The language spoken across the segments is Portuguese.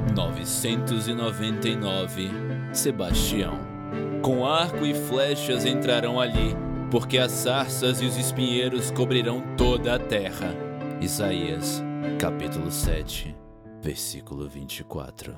999 Sebastião. Com arco e flechas entrarão ali, porque as sarças e os espinheiros cobrirão toda a terra. Isaías, capítulo 7, versículo 24.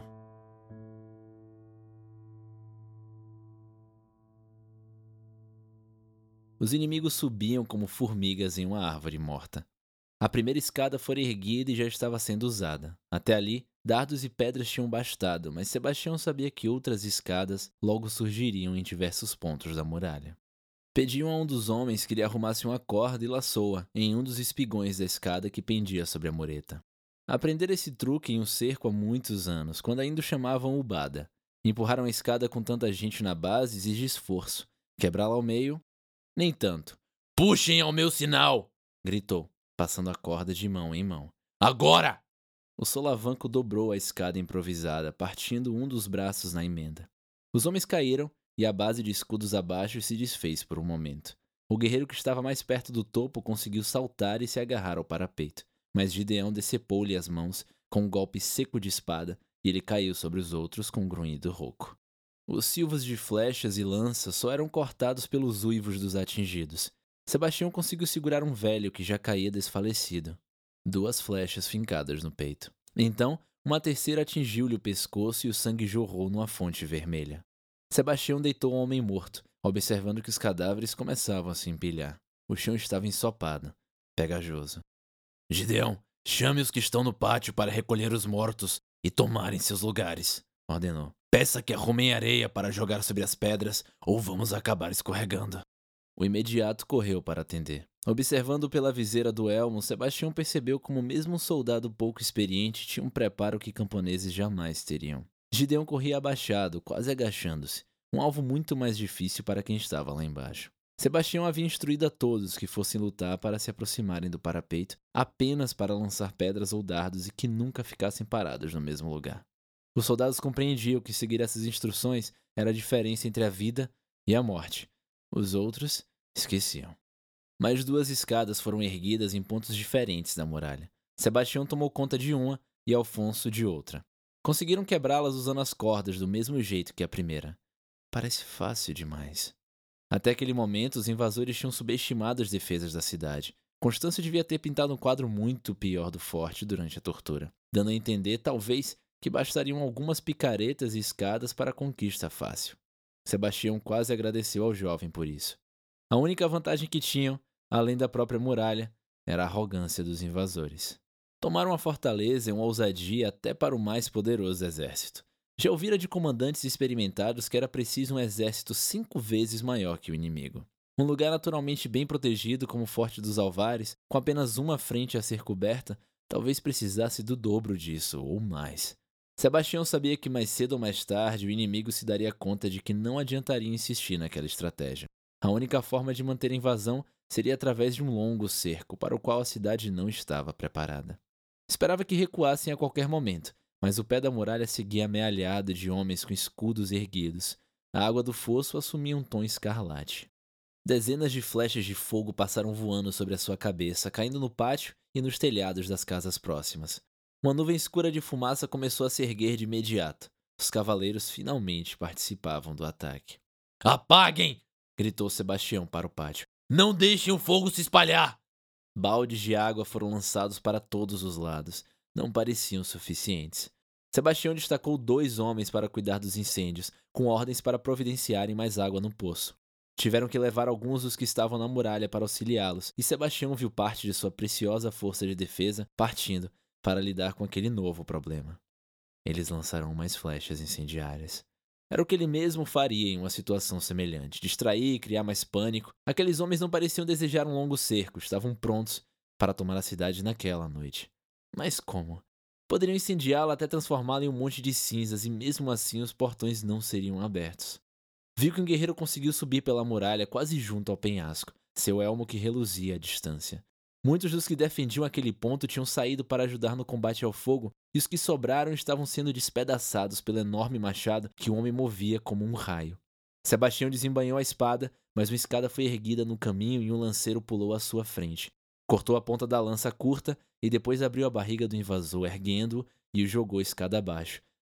Os inimigos subiam como formigas em uma árvore morta. A primeira escada fora erguida e já estava sendo usada. Até ali, dardos e pedras tinham bastado, mas Sebastião sabia que outras escadas logo surgiriam em diversos pontos da muralha. Pediam a um dos homens que lhe arrumasse uma corda e laçou-a em um dos espigões da escada que pendia sobre a mureta. Aprendera esse truque em um cerco há muitos anos, quando ainda o chamavam Ubada. Empurraram a escada com tanta gente na base exige esforço. Quebrá-la ao meio? Nem tanto. "Puxem ao meu sinal!" gritou, passando a corda de mão em mão. "Agora!" O solavanco dobrou a escada improvisada, partindo um dos braços na emenda. Os homens caíram e a base de escudos abaixo se desfez por um momento. O guerreiro que estava mais perto do topo conseguiu saltar e se agarrar ao parapeito, mas Gideão decepou-lhe as mãos com um golpe seco de espada e ele caiu sobre os outros com um grunhido rouco. Os silvos de flechas e lanças só eram cortados pelos uivos dos atingidos. Sebastião conseguiu segurar um velho que já caía desfalecido. 2 flechas fincadas no peito. Então, uma terceira atingiu-lhe o pescoço e o sangue jorrou numa fonte vermelha. Sebastião deitou o homem morto, observando que os cadáveres começavam a se empilhar. O chão estava ensopado, pegajoso. "Gideão, chame os que estão no pátio para recolher os mortos e tomarem seus lugares", ordenou. "Peça que arrumem areia para jogar sobre as pedras ou vamos acabar escorregando." O imediato correu para atender. Observando pela viseira do elmo, Sebastião percebeu como mesmo um soldado pouco experiente tinha um preparo que camponeses jamais teriam. Gideão corria abaixado, quase agachando-se, um alvo muito mais difícil para quem estava lá embaixo. Sebastião havia instruído a todos que fossem lutar para se aproximarem do parapeito, apenas para lançar pedras ou dardos e que nunca ficassem parados no mesmo lugar. Os soldados compreendiam que seguir essas instruções era a diferença entre a vida e a morte. Os outros esqueciam. Mais 2 escadas foram erguidas em pontos diferentes da muralha. Sebastião tomou conta de uma e Alfonso de outra. Conseguiram quebrá-las usando as cordas do mesmo jeito que a primeira. Parece fácil demais. Até aquele momento, os invasores tinham subestimado as defesas da cidade. Constâncio devia ter pintado um quadro muito pior do forte durante a tortura, dando a entender, talvez, que bastariam algumas picaretas e escadas para a conquista fácil. Sebastião quase agradeceu ao jovem por isso. A única vantagem que tinham, além da própria muralha, era a arrogância dos invasores. Tomaram a fortaleza em uma ousadia até para o mais poderoso exército. Já ouvira de comandantes experimentados que era preciso um exército 5 vezes maior que o inimigo. Um lugar naturalmente bem protegido como o Forte dos Alvares, com apenas uma frente a ser coberta, talvez precisasse do dobro disso, ou mais. Sebastião sabia que mais cedo ou mais tarde o inimigo se daria conta de que não adiantaria insistir naquela estratégia. A única forma de manter a invasão seria através de um longo cerco, para o qual a cidade não estava preparada. Esperava que recuassem a qualquer momento, mas o pé da muralha seguia amealhado de homens com escudos erguidos. A água do fosso assumia um tom escarlate. Dezenas de flechas de fogo passaram voando sobre a sua cabeça, caindo no pátio e nos telhados das casas próximas. Uma nuvem escura de fumaça começou a se erguer de imediato. Os cavaleiros finalmente participavam do ataque. "Apaguem!" gritou Sebastião para o pátio. "Não deixem o fogo se espalhar!" Baldes de água foram lançados para todos os lados. Não pareciam suficientes. Sebastião destacou 2 homens para cuidar dos incêndios, com ordens para providenciarem mais água no poço. Tiveram que levar alguns dos que estavam na muralha para auxiliá-los, e Sebastião viu parte de sua preciosa força de defesa partindo para lidar com aquele novo problema. Eles lançaram mais flechas incendiárias. Era o que ele mesmo faria em uma situação semelhante. Distrair e criar mais pânico. Aqueles homens não pareciam desejar um longo cerco. Estavam prontos para tomar a cidade naquela noite. Mas como? Poderiam incendiá-la até transformá-la em um monte de cinzas e mesmo assim os portões não seriam abertos. Viu que um guerreiro conseguiu subir pela muralha quase junto ao penhasco, seu elmo que reluzia à distância. Muitos dos que defendiam aquele ponto tinham saído para ajudar no combate ao fogo, e os que sobraram estavam sendo despedaçados pelo enorme machado que o homem movia como um raio. Sebastião desembainhou a espada, mas uma escada foi erguida no caminho e um lanceiro pulou à sua frente. Cortou a ponta da lança curta e depois abriu a barriga do invasor, erguendo-o e o jogou escada abaixo,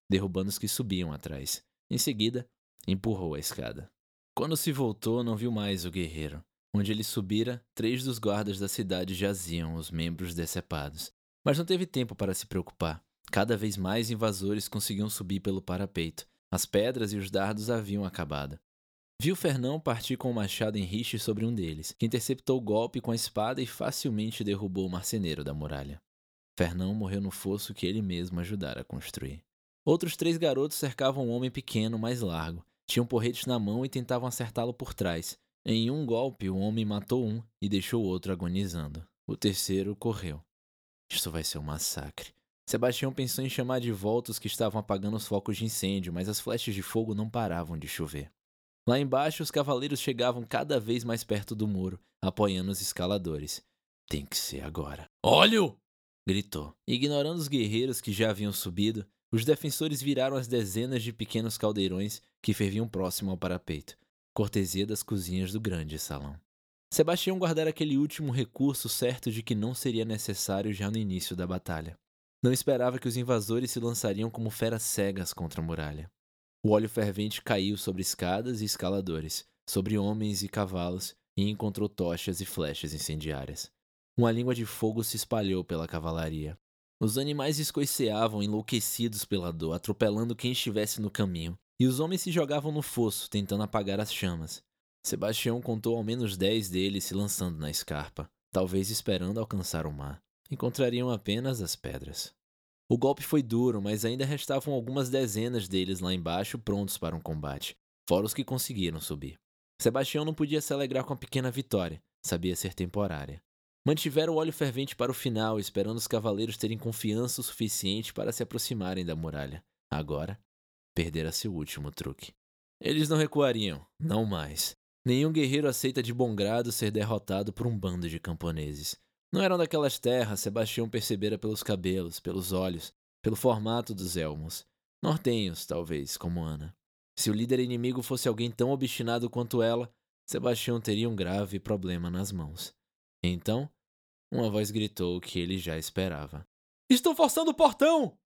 derrubando os que subiam atrás. Em seguida, empurrou a escada. Quando se voltou, não viu mais o guerreiro. Onde ele subira, 3 dos guardas da cidade jaziam, os membros decepados. Mas não teve tempo para se preocupar. Cada vez mais invasores conseguiam subir pelo parapeito. As pedras e os dardos haviam acabado. Viu Fernão partir com o machado em riche sobre um deles, que interceptou o golpe com a espada e facilmente derrubou o marceneiro da muralha. Fernão morreu no fosso que ele mesmo ajudara a construir. Outros 3 garotos cercavam um homem pequeno, mais largo. Tinham porretes na mão e tentavam acertá-lo por trás. Em um golpe, o homem matou um e deixou o outro agonizando. O terceiro correu. Isto vai ser um massacre. Sebastião pensou em chamar de volta os que estavam apagando os focos de incêndio, mas as flechas de fogo não paravam de chover. Lá embaixo, os cavaleiros chegavam cada vez mais perto do muro, apoiando os escaladores. Tem que ser agora. Olho! Gritou. Ignorando os guerreiros que já haviam subido, os defensores viraram as dezenas de pequenos caldeirões que ferviam próximo ao parapeito, cortesia das cozinhas do grande salão. Sebastião guardara aquele último recurso certo de que não seria necessário já no início da batalha. Não esperava que os invasores se lançariam como feras cegas contra a muralha. O óleo fervente caiu sobre escadas e escaladores, sobre homens e cavalos, e encontrou tochas e flechas incendiárias. Uma língua de fogo se espalhou pela cavalaria. Os animais escoiceavam enlouquecidos pela dor, atropelando quem estivesse no caminho, e os homens se jogavam no fosso, tentando apagar as chamas. Sebastião contou ao menos 10 deles se lançando na escarpa, talvez esperando alcançar o mar. Encontrariam apenas as pedras. O golpe foi duro, mas ainda restavam algumas dezenas deles lá embaixo prontos para um combate, fora os que conseguiram subir. Sebastião não podia se alegrar com a pequena vitória, sabia ser temporária. Mantiveram o óleo fervente para o final, esperando os cavaleiros terem confiança o suficiente para se aproximarem da muralha. Agora, perdera seu último truque. Eles não recuariam, não mais. Nenhum guerreiro aceita de bom grado ser derrotado por um bando de camponeses. Não eram daquelas terras, Sebastião percebera pelos cabelos, pelos olhos, pelo formato dos elmos. Nortenhos, talvez, como Ana. Se o líder inimigo fosse alguém tão obstinado quanto ela, Sebastião teria um grave problema nas mãos. Então, uma voz gritou o que ele já esperava. Estão forçando o portão!